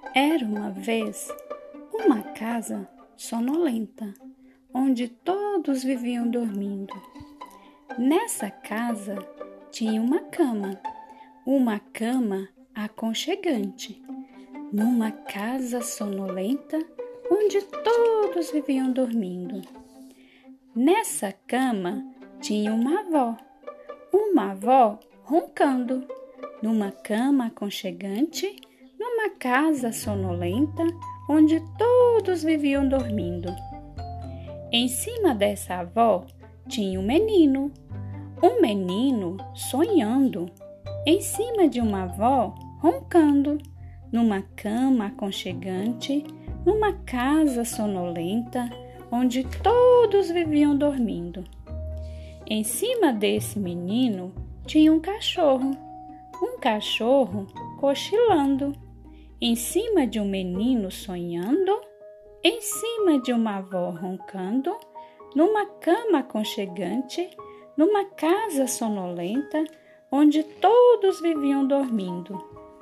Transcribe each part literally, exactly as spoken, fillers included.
Era uma vez uma casa sonolenta, onde todos viviam dormindo. Nessa casa tinha uma cama, uma cama aconchegante, numa casa sonolenta, onde todos viviam dormindo. Nessa cama tinha uma avó, uma avó roncando, numa cama aconchegante, numa casa sonolenta, onde todos viviam dormindo. Em cima dessa avó tinha um menino, um menino sonhando, em cima de uma avó roncando, numa cama aconchegante, numa casa sonolenta, onde todos viviam dormindo. Em cima desse menino tinha um cachorro, um cachorro cochilando, em cima de um menino sonhando, em cima de uma avó roncando, numa cama aconchegante, numa casa sonolenta, onde todos viviam dormindo.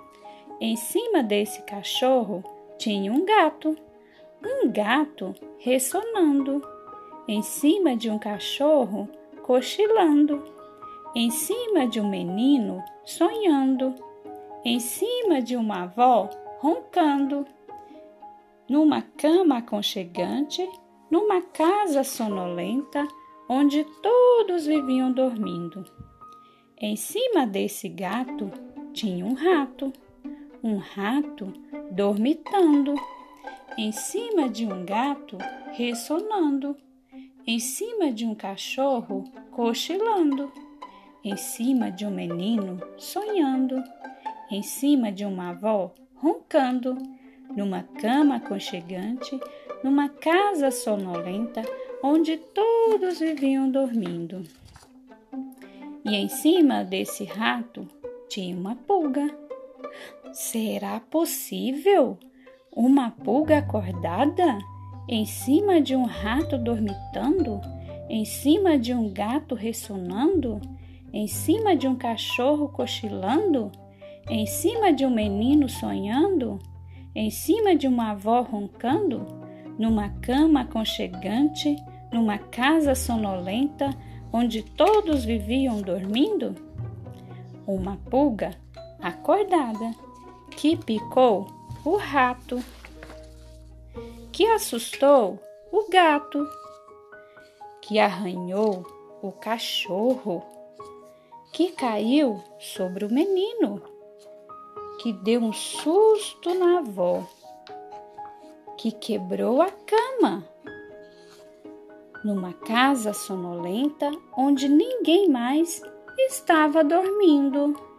Em cima desse cachorro tinha um gato, um gato ressonando, em cima de um cachorro cochilando, em cima de um menino sonhando, em cima de uma avó roncando, numa cama aconchegante, numa casa sonolenta, onde todos viviam dormindo. Em cima desse gato tinha um rato, um rato dormitando, em cima de um gato ressonando, em cima de um cachorro cochilando, em cima de um menino sonhando, em cima de uma avó roncando, numa cama aconchegante, numa casa sonolenta, onde todos viviam dormindo. E em cima desse rato tinha uma pulga. Será possível? Uma pulga acordada? Em cima de um rato dormitando? Em cima de um gato ressonando? Em cima de um cachorro cochilando? Em cima de um menino sonhando? Em cima de uma avó roncando? Numa cama aconchegante, numa casa sonolenta, onde todos viviam dormindo? Uma pulga acordada, que picou o rato, que assustou o gato, que arranhou o cachorro, que caiu sobre o menino, que deu um susto na avó, que quebrou a cama, numa casa sonolenta onde ninguém mais estava dormindo.